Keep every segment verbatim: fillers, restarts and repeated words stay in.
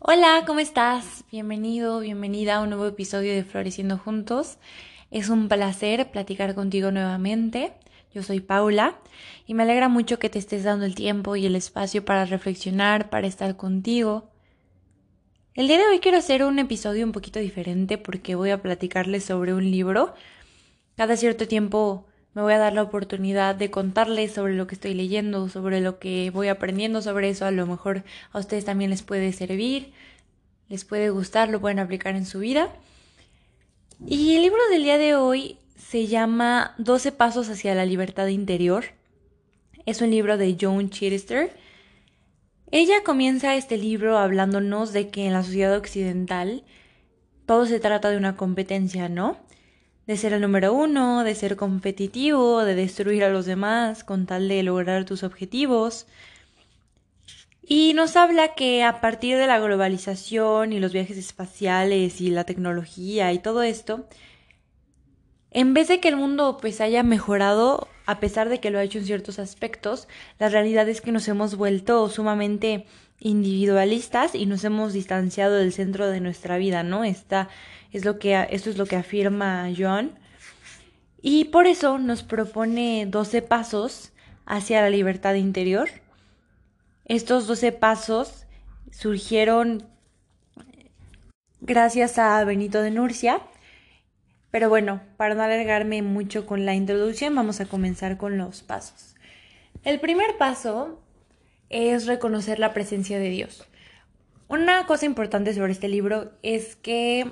Hola, ¿cómo estás? Bienvenido, bienvenida a un nuevo episodio de Floreciendo Juntos. Es un placer platicar contigo nuevamente. Yo soy Paula y me alegra mucho que te estés dando el tiempo y el espacio para reflexionar, para estar contigo. El día de hoy quiero hacer un episodio un poquito diferente porque voy a platicarles sobre un libro. Cada cierto tiempo me voy a dar la oportunidad de contarles sobre lo que estoy leyendo, sobre lo que voy aprendiendo sobre eso. A lo mejor a ustedes también les puede servir, les puede gustar, lo pueden aplicar en su vida. Y el libro del día de hoy se llama doce pasos hacia la libertad interior. Es un libro de Joan Chittister. Ella comienza este libro hablándonos de que en la sociedad occidental todo se trata de una competencia, ¿no? De ser el número uno, de ser competitivo, de destruir a los demás con tal de lograr tus objetivos. Y nos habla que a partir de la globalización y los viajes espaciales y la tecnología y todo esto, en vez de que el mundo pues haya mejorado, a pesar de que lo ha hecho en ciertos aspectos, la realidad es que nos hemos vuelto sumamente individualistas y nos hemos distanciado del centro de nuestra vida, ¿no? Esta es lo que, esto es lo que afirma Joan. Y por eso nos propone doce pasos hacia la libertad interior. Estos doce pasos surgieron gracias a Benito de Nursia. Pero bueno, para no alargarme mucho con la introducción, vamos a comenzar con los pasos. El primer paso es reconocer la presencia de Dios. Una cosa importante sobre este libro es que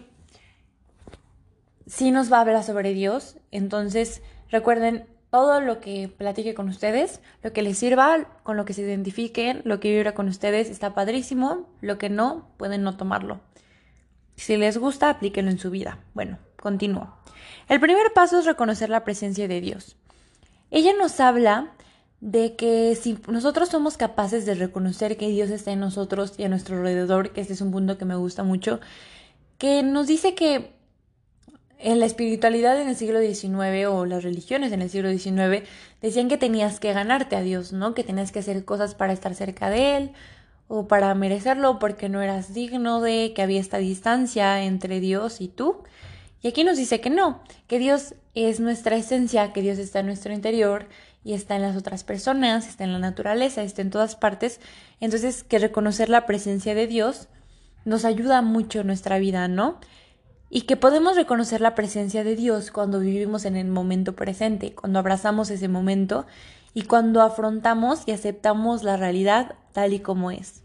sí nos va a hablar sobre Dios. Entonces, recuerden, todo lo que platique con ustedes, lo que les sirva, con lo que se identifiquen, lo que vibra con ustedes, está padrísimo. Lo que no, pueden no tomarlo. Si les gusta, aplíquenlo en su vida. Bueno, continúo. El primer paso es reconocer la presencia de Dios. Ella nos habla de que si nosotros somos capaces de reconocer que Dios está en nosotros y a nuestro alrededor, que este es un punto que me gusta mucho, que nos dice que en la espiritualidad en el siglo diecinueve o las religiones en el siglo diecinueve decían que tenías que ganarte a Dios, ¿no? Que tenías que hacer cosas para estar cerca de Él o para merecerlo porque no eras digno de, que había esta distancia entre Dios y tú. Y aquí nos dice que no, que Dios es nuestra esencia, que Dios está en nuestro interior y está en las otras personas, está en la naturaleza, está en todas partes. Entonces, que reconocer la presencia de Dios nos ayuda mucho en nuestra vida, ¿no? Y que podemos reconocer la presencia de Dios cuando vivimos en el momento presente, cuando abrazamos ese momento y cuando afrontamos y aceptamos la realidad tal y como es.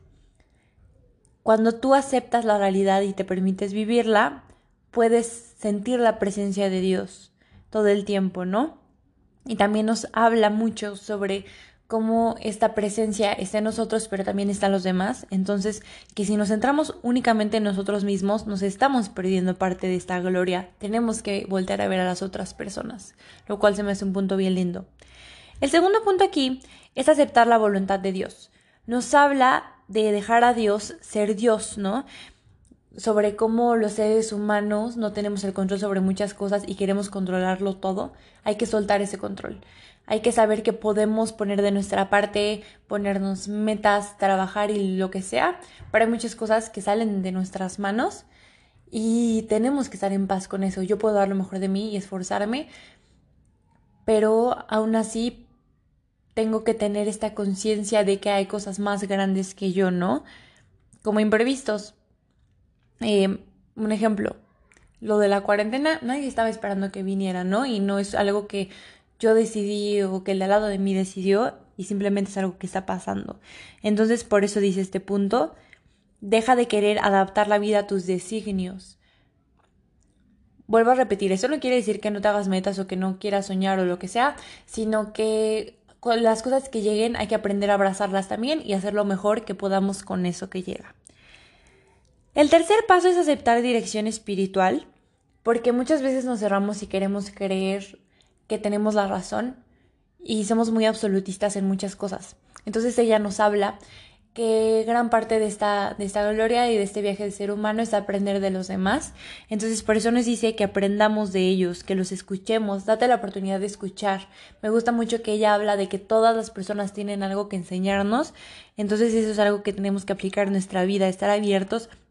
Cuando tú aceptas la realidad y te permites vivirla, puedes sentir la presencia de Dios todo el tiempo, ¿no? Y también nos habla mucho sobre cómo esta presencia está en nosotros, pero también está en los demás. Entonces, que si nos centramos únicamente en nosotros mismos, nos estamos perdiendo parte de esta gloria. Tenemos que voltear a ver a las otras personas, lo cual se me hace un punto bien lindo. El segundo punto aquí es aceptar la voluntad de Dios. Nos habla de dejar a Dios ser Dios, ¿no? Sobre cómo los seres humanos no tenemos el control sobre muchas cosas y queremos controlarlo todo. Hay que soltar ese control. Hay que saber que podemos poner de nuestra parte, ponernos metas, trabajar y lo que sea, pero hay muchas cosas que salen de nuestras manos y tenemos que estar en paz con eso. Yo puedo dar lo mejor de mí y esforzarme, pero aún así tengo que tener esta conciencia de que hay cosas más grandes que yo, ¿no? Como imprevistos. Eh, un ejemplo, lo de la cuarentena, nadie estaba esperando que viniera, ¿no? Y no es algo que yo decidí o que el de al lado de mí decidió y simplemente es algo que está pasando. Entonces, por eso dice este punto, deja de querer adaptar la vida a tus designios. Vuelvo a repetir, eso no quiere decir que no te hagas metas o que no quieras soñar o lo que sea, sino que con las cosas que lleguen hay que aprender a abrazarlas también y hacer lo mejor que podamos con eso que llega. El tercer paso es aceptar dirección espiritual, porque muchas veces nos cerramos y queremos creer que tenemos la razón y somos muy absolutistas en muchas cosas. Entonces ella nos habla que gran parte de esta, de esta gloria y de este viaje del ser humano es aprender de los demás. Entonces por eso nos dice que aprendamos de ellos, que los escuchemos, date la oportunidad de escuchar. Me gusta mucho que ella habla de que todas las personas tienen algo que enseñarnos, entonces eso es algo que tenemos que aplicar en nuestra vida, estar abiertos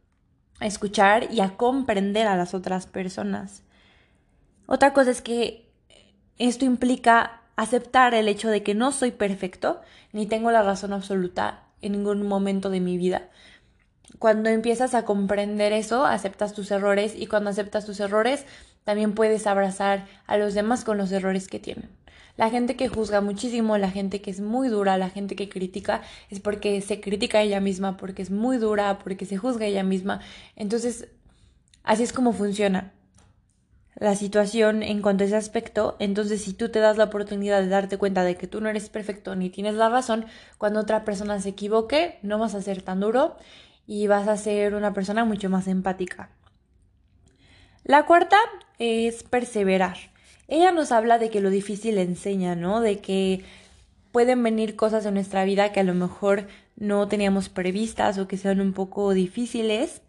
a escuchar y a comprender a las otras personas. Otra cosa es que esto implica aceptar el hecho de que no soy perfecto, ni tengo la razón absoluta en ningún momento de mi vida. Cuando empiezas a comprender eso, aceptas tus errores, y cuando aceptas tus errores, también puedes abrazar a los demás con los errores que tienen. La gente que juzga muchísimo, la gente que es muy dura, la gente que critica, es porque se critica a ella misma, porque es muy dura, porque se juzga a ella misma. Entonces, así es como funciona la situación en cuanto a ese aspecto. Entonces, si tú te das la oportunidad de darte cuenta de que tú no eres perfecto ni tienes la razón, cuando otra persona se equivoque, no vas a ser tan duro y vas a ser una persona mucho más empática. La cuarta es perseverar. Ella nos habla de que lo difícil enseña, ¿no? De que pueden venir cosas en nuestra vida que a lo mejor no teníamos previstas o que sean un poco difíciles,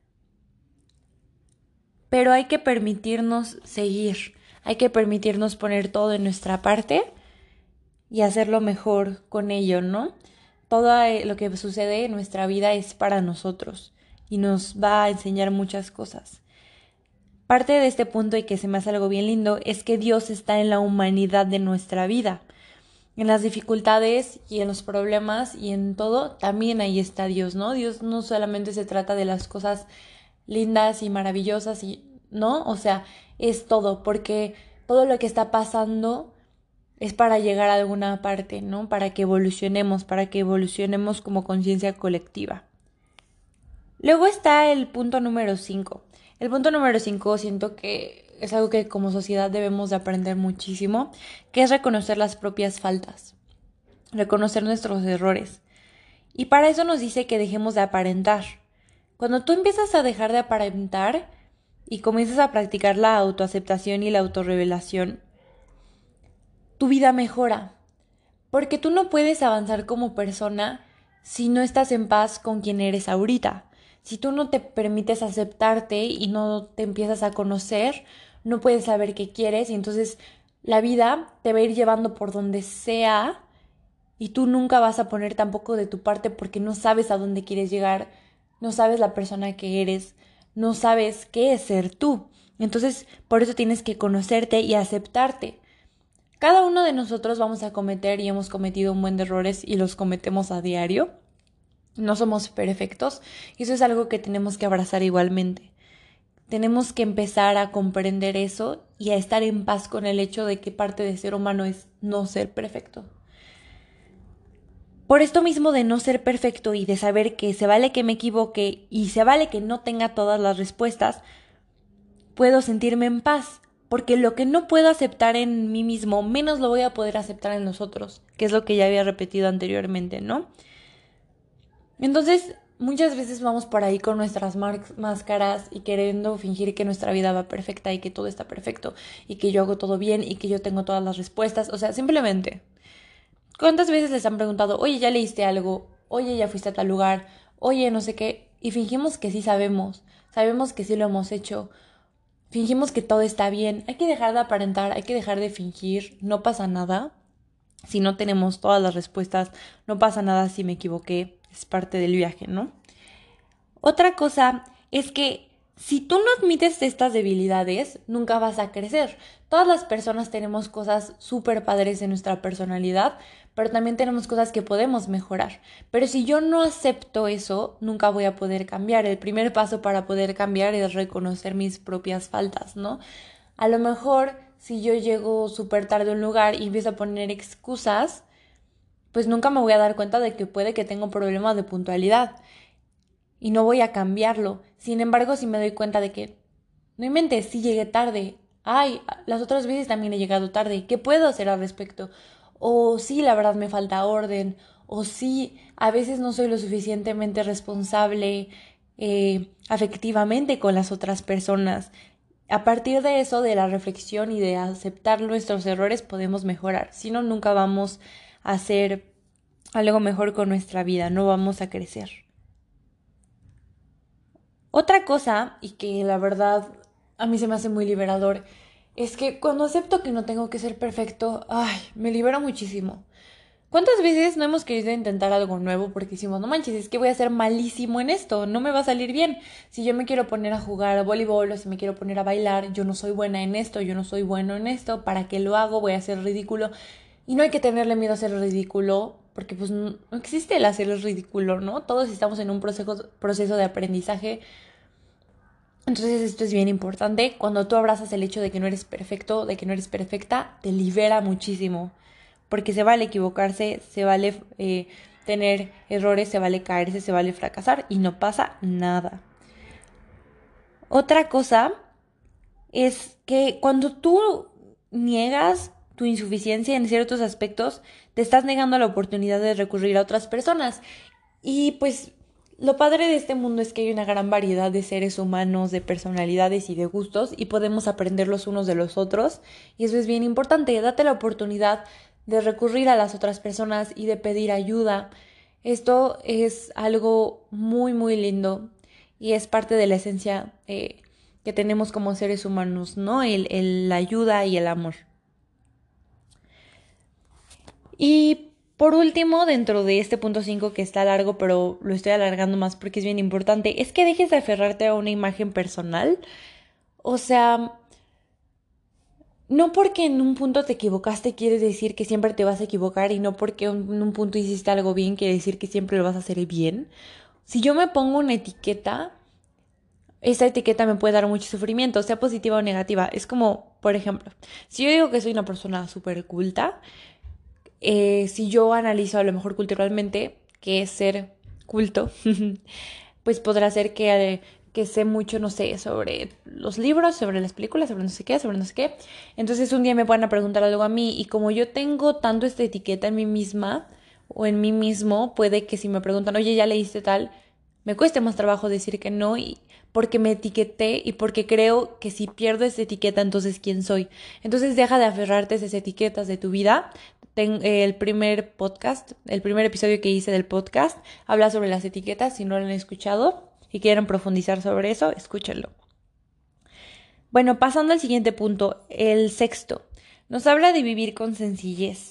pero hay que permitirnos seguir, hay que permitirnos poner todo en nuestra parte y hacerlo mejor con ello, ¿no? Todo lo que sucede en nuestra vida es para nosotros y nos va a enseñar muchas cosas. Parte de este punto, y que se me hace algo bien lindo, es que Dios está en la humanidad de nuestra vida. En las dificultades y en los problemas y en todo, también ahí está Dios, ¿no? Dios no solamente se trata de las cosas lindas y maravillosas, y ¿no? O sea, es todo, porque todo lo que está pasando es para llegar a alguna parte, ¿no? Para que evolucionemos, para que evolucionemos como conciencia colectiva. Luego está el punto número cinco. El punto número cinco siento que es algo que como sociedad debemos de aprender muchísimo, que es reconocer las propias faltas, reconocer nuestros errores. Y para eso nos dice que dejemos de aparentar. Cuando tú empiezas a dejar de aparentar y comienzas a practicar la autoaceptación y la autorrevelación, tu vida mejora. Porque tú no puedes avanzar como persona si no estás en paz con quien eres ahorita. Si tú no te permites aceptarte y no te empiezas a conocer, no puedes saber qué quieres, y entonces la vida te va a ir llevando por donde sea y tú nunca vas a poner tampoco de tu parte porque no sabes a dónde quieres llegar, no sabes la persona que eres, no sabes qué es ser tú. Entonces, por eso tienes que conocerte y aceptarte. Cada uno de nosotros vamos a cometer y hemos cometido un buen de errores y los cometemos a diario. No somos perfectos y eso es algo que tenemos que abrazar igualmente. Tenemos que empezar a comprender eso y a estar en paz con el hecho de que parte de ser humano es no ser perfecto. Por esto mismo de no ser perfecto y de saber que se vale que me equivoque y se vale que no tenga todas las respuestas, puedo sentirme en paz. Porque lo que no puedo aceptar en mí mismo, menos lo voy a poder aceptar en los otros, que es lo que ya había repetido anteriormente, ¿no? Entonces, muchas veces vamos por ahí con nuestras máscaras y queriendo fingir que nuestra vida va perfecta y que todo está perfecto y que yo hago todo bien y que yo tengo todas las respuestas. O sea, simplemente, ¿cuántas veces les han preguntado, oye, ya leíste algo? Oye, ya fuiste a tal lugar? Oye, no sé qué. Y fingimos que sí sabemos, sabemos que sí lo hemos hecho. Fingimos que todo está bien. Hay que dejar de aparentar, hay que dejar de fingir. No pasa nada si no tenemos todas las respuestas. No pasa nada si me equivoqué. Es parte del viaje, ¿no? Otra cosa es que si tú no admites estas debilidades, nunca vas a crecer. Todas las personas tenemos cosas súper padres en nuestra personalidad, pero también tenemos cosas que podemos mejorar. Pero si yo no acepto eso, nunca voy a poder cambiar. El primer paso para poder cambiar es reconocer mis propias faltas, ¿no? A lo mejor, si yo llego súper tarde a un lugar y empiezo a poner excusas, pues nunca me voy a dar cuenta de que puede que tenga un problema de puntualidad y no voy a cambiarlo. Sin embargo, si me doy cuenta de que, no inventes, sí llegué tarde, ay, las otras veces también he llegado tarde, ¿qué puedo hacer al respecto? O sí, la verdad me falta orden, o sí, a veces no soy lo suficientemente responsable eh, afectivamente con las otras personas. A partir de eso, de la reflexión y de aceptar nuestros errores, podemos mejorar. Si no, nunca vamos a hacer algo mejor con nuestra vida, no vamos a crecer. Otra cosa, y que la verdad a mí se me hace muy liberador, es que cuando acepto que no tengo que ser perfecto, ay, me libera muchísimo. ¿Cuántas veces no hemos querido intentar algo nuevo porque decimos, no manches, es que voy a ser malísimo en esto, no me va a salir bien? Si yo me quiero poner a jugar voleibol o si me quiero poner a bailar, yo no soy buena en esto, yo no soy bueno en esto, ¿para qué lo hago? Voy a hacer ridículo. Y no hay que tenerle miedo a hacer ridículo, porque pues no, no existe el hacer el ridículo, ¿no? Todos estamos en un proceso, proceso de aprendizaje. Entonces esto es bien importante. Cuando tú abrazas el hecho de que no eres perfecto, de que no eres perfecta, te libera muchísimo. Porque se vale equivocarse, se vale eh, tener errores, se vale caerse, se vale fracasar y no pasa nada. Otra cosa es que cuando tú niegas tu insuficiencia en ciertos aspectos, te estás negando la oportunidad de recurrir a otras personas. Y pues lo padre de este mundo es que hay una gran variedad de seres humanos, de personalidades y de gustos y podemos aprender los unos de los otros. Y eso es bien importante. Date la oportunidad de recurrir a las otras personas y de pedir ayuda. Esto es algo muy, muy lindo y es parte de la esencia eh, que tenemos como seres humanos, ¿no? El, el, la ayuda y el amor. Y por último, dentro de este punto cinco que está largo, pero lo estoy alargando más porque es bien importante, es que dejes de aferrarte a una imagen personal. O sea, no porque en un punto te equivocaste quiere decir que siempre te vas a equivocar y no porque en un punto hiciste algo bien quiere decir que siempre lo vas a hacer bien. Si yo me pongo una etiqueta, esa etiqueta me puede dar mucho sufrimiento, sea positiva o negativa. Es como, por ejemplo, si yo digo que soy una persona súper culta, eh, si yo analizo a lo mejor culturalmente qué es ser culto, pues podrá ser que, eh, que sé mucho, no sé, sobre los libros, sobre las películas, sobre no sé qué, sobre no sé qué. Entonces un día me van a preguntar algo a mí y como yo tengo tanto esta etiqueta en mí misma o en mí mismo, puede que si me preguntan, oye, ¿ya leíste tal? Me cueste más trabajo decir que no y porque me etiqueté y porque creo que si pierdo esa etiqueta, entonces ¿quién soy? Entonces deja de aferrarte a esas etiquetas de tu vida. Ten, eh, el primer podcast, el primer episodio que hice del podcast, habla sobre las etiquetas. Si no lo han escuchado y quieren profundizar sobre eso, escúchenlo. Bueno, pasando al siguiente punto, el sexto. Nos habla de vivir con sencillez.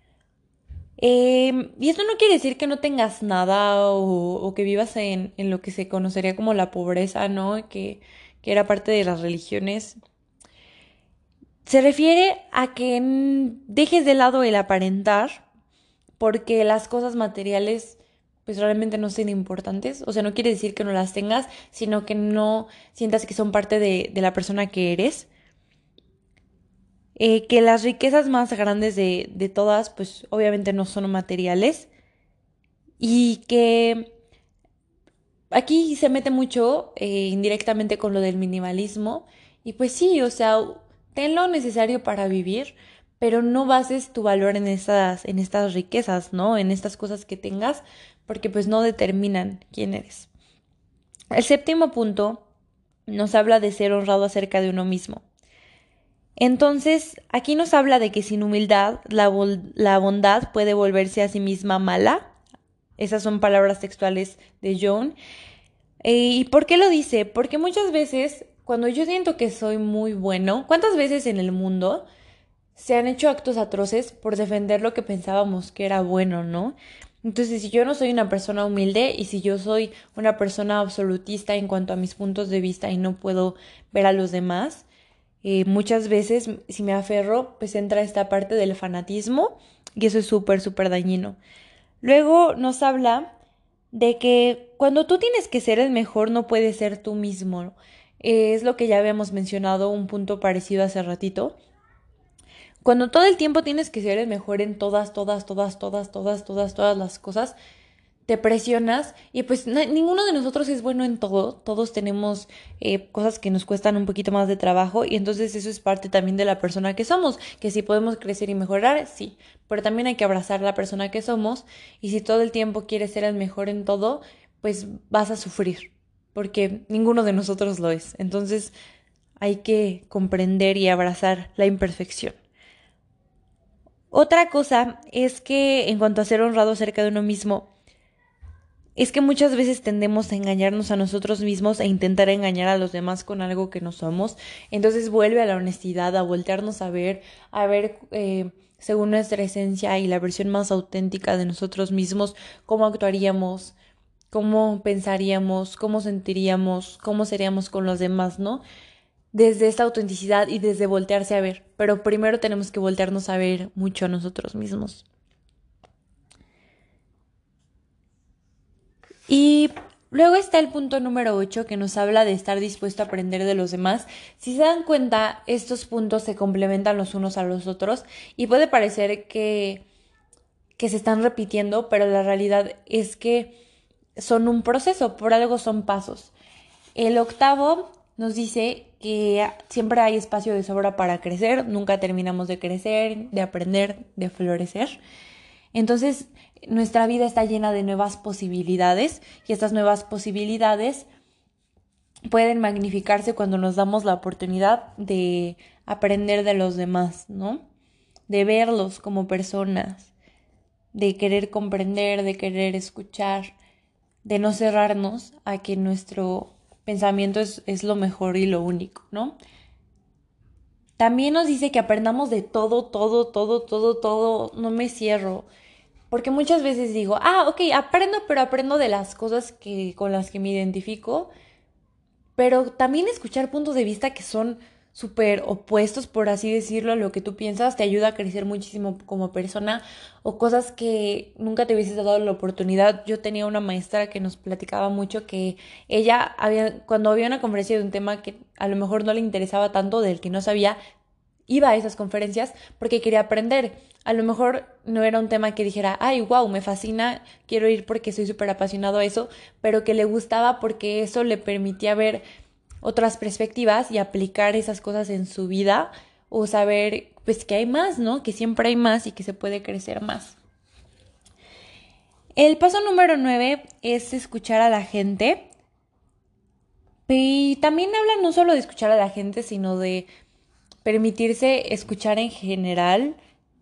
Eh, y esto no quiere decir que no tengas nada o, o que vivas en, en lo que se conocería como la pobreza, ¿no? Que, que era parte de las religiones. Se refiere a que dejes de lado el aparentar porque las cosas materiales pues realmente no son importantes. O sea, no quiere decir que no las tengas, sino que no sientas que son parte de, de la persona que eres. Eh, que las riquezas más grandes de, de todas, pues obviamente no son materiales. Y que aquí se mete mucho eh, indirectamente con lo del minimalismo. Y pues sí, o sea, ten lo necesario para vivir, pero no bases tu valor en estas, en estas riquezas, ¿no? En estas cosas que tengas, porque pues no determinan quién eres. El séptimo punto nos habla de ser honrado acerca de uno mismo. Entonces, aquí nos habla de que sin humildad la, bol- la bondad puede volverse a sí misma mala. Esas son palabras textuales de John. Eh, ¿Y por qué lo dice? Porque muchas veces, cuando yo siento que soy muy bueno, ¿cuántas veces en el mundo se han hecho actos atroces por defender lo que pensábamos que era bueno, ¿no? Entonces, si yo no soy una persona humilde y si yo soy una persona absolutista en cuanto a mis puntos de vista y no puedo ver a los demás, eh, muchas veces si me aferro, pues entra esta parte del fanatismo y eso es súper, súper dañino. Luego nos habla de que cuando tú tienes que ser el mejor no puedes ser tú mismo. Eh, es lo que ya habíamos mencionado, un punto parecido hace ratito. Cuando todo el tiempo tienes que ser el mejor en todas, todas, todas, todas, todas, todas, todas las cosas, te presionas y pues na- ninguno de nosotros es bueno en todo, todos tenemos eh, cosas que nos cuestan un poquito más de trabajo y entonces eso es parte también de la persona que somos, que si podemos crecer y mejorar, sí, pero también hay que abrazar la persona que somos y si todo el tiempo quieres ser el mejor en todo, pues vas a sufrir, porque ninguno de nosotros lo es, entonces hay que comprender y abrazar la imperfección. Otra cosa es que en cuanto a ser honrado acerca de uno mismo, es que muchas veces tendemos a engañarnos a nosotros mismos e intentar engañar a los demás con algo que no somos. Entonces vuelve a la honestidad, a voltearnos a ver, a ver eh, según nuestra esencia y la versión más auténtica de nosotros mismos, cómo actuaríamos, cómo pensaríamos, cómo sentiríamos, cómo seríamos con los demás, ¿no? Desde esta autenticidad y desde voltearse a ver. Pero primero tenemos que voltearnos a ver mucho a nosotros mismos. Y luego está el punto número ocho que nos habla de estar dispuesto a aprender de los demás. Si se dan cuenta, estos puntos se complementan los unos a los otros y puede parecer que, que se están repitiendo, pero la realidad es que son un proceso, por algo son pasos. El octavo nos dice que siempre hay espacio de sobra para crecer, nunca terminamos de crecer, de aprender, de florecer. Entonces, nuestra vida está llena de nuevas posibilidades y estas nuevas posibilidades pueden magnificarse cuando nos damos la oportunidad de aprender de los demás, ¿no? De verlos como personas, de querer comprender, de querer escuchar, de no cerrarnos a que nuestro pensamiento es, es lo mejor y lo único, ¿no? También nos dice que aprendamos de todo, todo, todo, todo, todo, no me cierro. Porque muchas veces digo, ah, ok, aprendo, pero aprendo de las cosas que, con las que me identifico. Pero también escuchar puntos de vista que son súper opuestos, por así decirlo, a lo que tú piensas, te ayuda a crecer muchísimo como persona, o cosas que nunca te hubieses dado la oportunidad. Yo tenía una maestra que nos platicaba mucho que ella, había, cuando había una conferencia de un tema que a lo mejor no le interesaba tanto, del que no sabía, iba a esas conferencias porque quería aprender. A lo mejor no era un tema que dijera, ay, wow, me fascina, quiero ir porque soy súper apasionado a eso, pero que le gustaba porque eso le permitía ver otras perspectivas y aplicar esas cosas en su vida, o saber pues que hay más, ¿no? Que siempre hay más y que se puede crecer más. El paso número nueve es escuchar a la gente. Y también habla no solo de escuchar a la gente, sino de permitirse escuchar en general,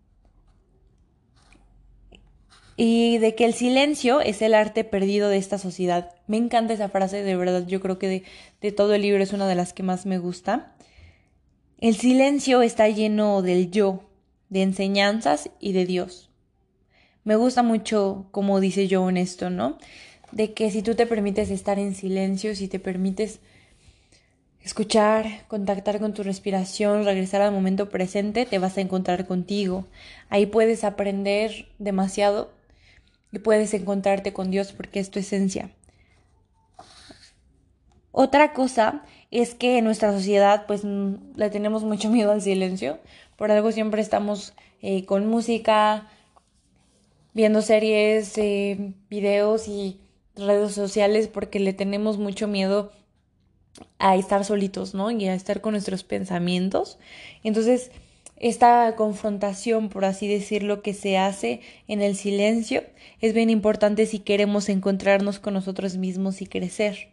y de que el silencio es el arte perdido de esta sociedad. Me encanta esa frase, de verdad, yo creo que de, de todo el libro es una de las que más me gusta. El silencio está lleno del yo, de enseñanzas y de Dios. Me gusta mucho como dice Joe en esto, ¿no? De que si tú te permites estar en silencio, si te permites escuchar, contactar con tu respiración, regresar al momento presente, te vas a encontrar contigo. Ahí puedes aprender demasiado y puedes encontrarte con Dios porque es tu esencia. Otra cosa es que en nuestra sociedad pues le tenemos mucho miedo al silencio. Por algo siempre estamos eh, con música, viendo series, eh, videos y redes sociales porque le tenemos mucho miedo a estar solitos, ¿no? Y a estar con nuestros pensamientos. Entonces, esta confrontación, por así decirlo, que se hace en el silencio, es bien importante si queremos encontrarnos con nosotros mismos y crecer.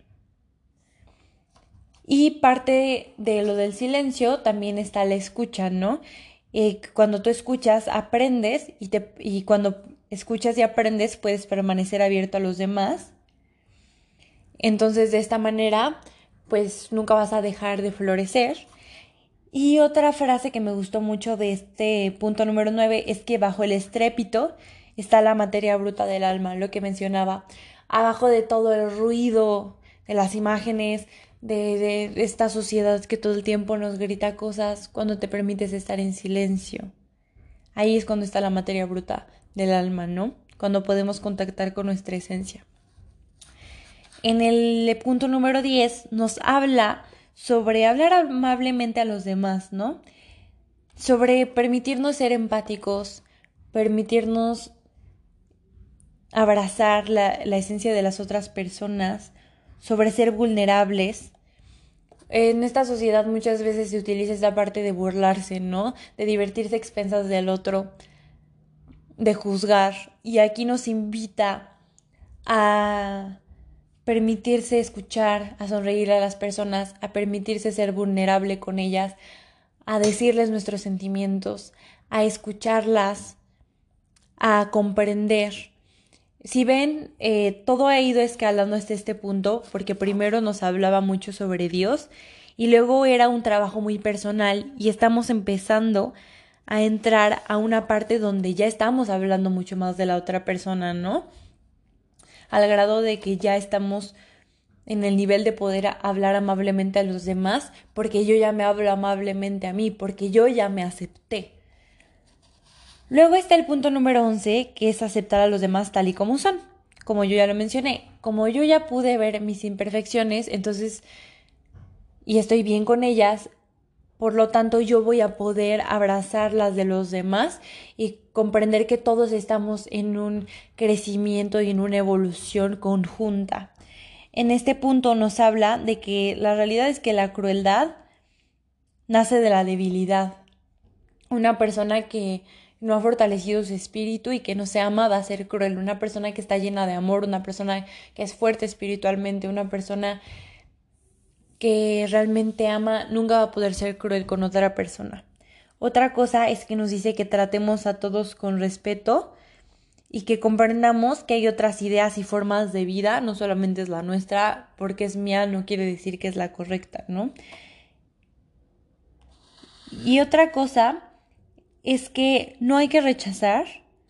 Y parte de lo del silencio también está la escucha, ¿no? Eh, cuando tú escuchas, aprendes y, te, y cuando escuchas y aprendes, puedes permanecer abierto a los demás. Entonces, de esta manera, pues nunca vas a dejar de florecer. Y otra frase que me gustó mucho de este punto número nueve es que bajo el estrépito está la materia bruta del alma, lo que mencionaba. Abajo de todo el ruido, de las imágenes, de, de esta sociedad que todo el tiempo nos grita cosas, cuando te permites estar en silencio. Ahí es cuando está la materia bruta del alma, ¿no? Cuando podemos contactar con nuestra esencia. En el punto número diez nos habla sobre hablar amablemente a los demás, ¿no? Sobre permitirnos ser empáticos, permitirnos abrazar la, la esencia de las otras personas, sobre ser vulnerables. En esta sociedad muchas veces se utiliza esta parte de burlarse, ¿no? De divertirse a expensas del otro, de juzgar. Y aquí nos invita a permitirse escuchar, a sonreír a las personas, a permitirse ser vulnerable con ellas, a decirles nuestros sentimientos, a escucharlas, a comprender. Si ven, eh, todo ha ido escalando hasta este punto porque primero nos hablaba mucho sobre Dios y luego era un trabajo muy personal y estamos empezando a entrar a una parte donde ya estamos hablando mucho más de la otra persona, ¿no? Al grado de que ya estamos en el nivel de poder hablar amablemente a los demás, porque yo ya me hablo amablemente a mí, porque yo ya me acepté. Luego está el punto número once, que es aceptar a los demás tal y como son. Como yo ya lo mencioné, como yo ya pude ver mis imperfecciones, entonces, y estoy bien con ellas, por lo tanto yo voy a poder abrazar las de los demás y comprender que todos estamos en un crecimiento y en una evolución conjunta. En este punto nos habla de que la realidad es que la crueldad nace de la debilidad. Una persona que no ha fortalecido su espíritu y que no se ama va a ser cruel. Una persona que está llena de amor, una persona que es fuerte espiritualmente, una persona que realmente ama, nunca va a poder ser cruel con otra persona. Otra cosa es que nos dice que tratemos a todos con respeto y que comprendamos que hay otras ideas y formas de vida, no solamente es la nuestra, porque es mía no quiere decir que es la correcta, ¿no? Y otra cosa es que no hay que rechazar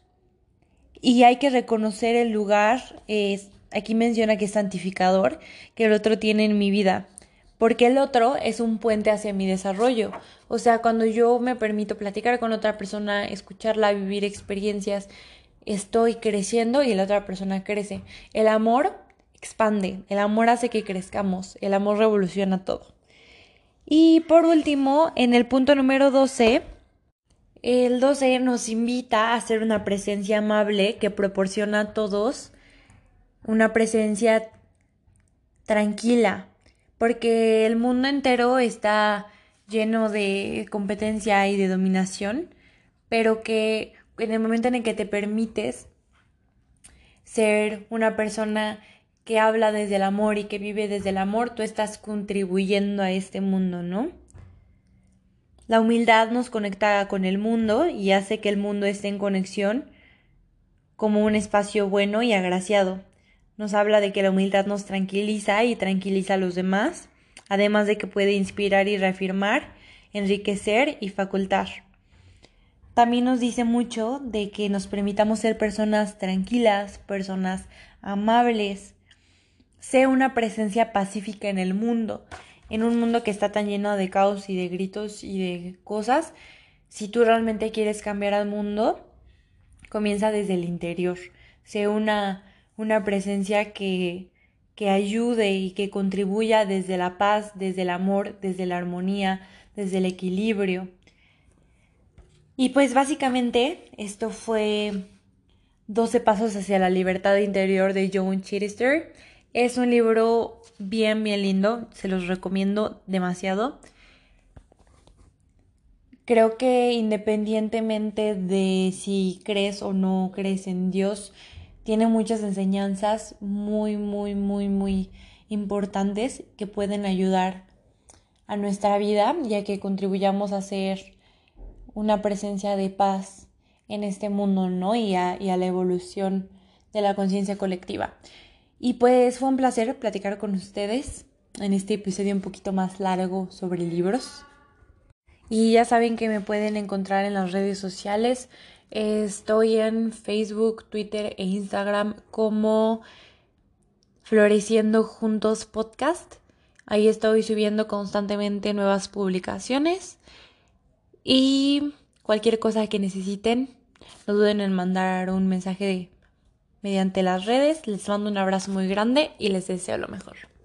y hay que reconocer el lugar, eh, aquí menciona que es santificador, que el otro tiene en mi vida, porque el otro es un puente hacia mi desarrollo. O sea, cuando yo me permito platicar con otra persona, escucharla, vivir experiencias, estoy creciendo y la otra persona crece. El amor expande, el amor hace que crezcamos, el amor revoluciona todo. Y por último, en el punto número doce, el doce nos invita a ser una presencia amable que proporciona a todos una presencia tranquila, porque el mundo entero está lleno de competencia y de dominación, pero que en el momento en el que te permites ser una persona que habla desde el amor y que vive desde el amor, tú estás contribuyendo a este mundo, ¿no? La humildad nos conecta con el mundo y hace que el mundo esté en conexión como un espacio bueno y agraciado. Nos habla de que la humildad nos tranquiliza y tranquiliza a los demás, además de que puede inspirar y reafirmar, enriquecer y facultar. También nos dice mucho de que nos permitamos ser personas tranquilas, personas amables, ser una presencia pacífica en el mundo. En un mundo que está tan lleno de caos y de gritos y de cosas, si tú realmente quieres cambiar al mundo, comienza desde el interior. Sé una, una presencia que, que ayude y que contribuya desde la paz, desde el amor, desde la armonía, desde el equilibrio. Y pues básicamente esto fue doce pasos hacia la libertad interior de Joan Chittister. Es un libro bien, bien lindo, se los recomiendo demasiado. Creo que independientemente de si crees o no crees en Dios, tiene muchas enseñanzas muy, muy, muy, muy importantes que pueden ayudar a nuestra vida, ya que contribuyamos a ser una presencia de paz en este mundo, ¿no? Y a, y a la evolución de la conciencia colectiva. Y pues fue un placer platicar con ustedes en este episodio un poquito más largo sobre libros. Y ya saben que me pueden encontrar en las redes sociales. Estoy en Facebook, Twitter e Instagram como Floreciendo Juntos Podcast. Ahí estoy subiendo constantemente nuevas publicaciones. Y cualquier cosa que necesiten, no duden en mandar un mensaje mediante las redes. Les mando un abrazo muy grande y les deseo lo mejor.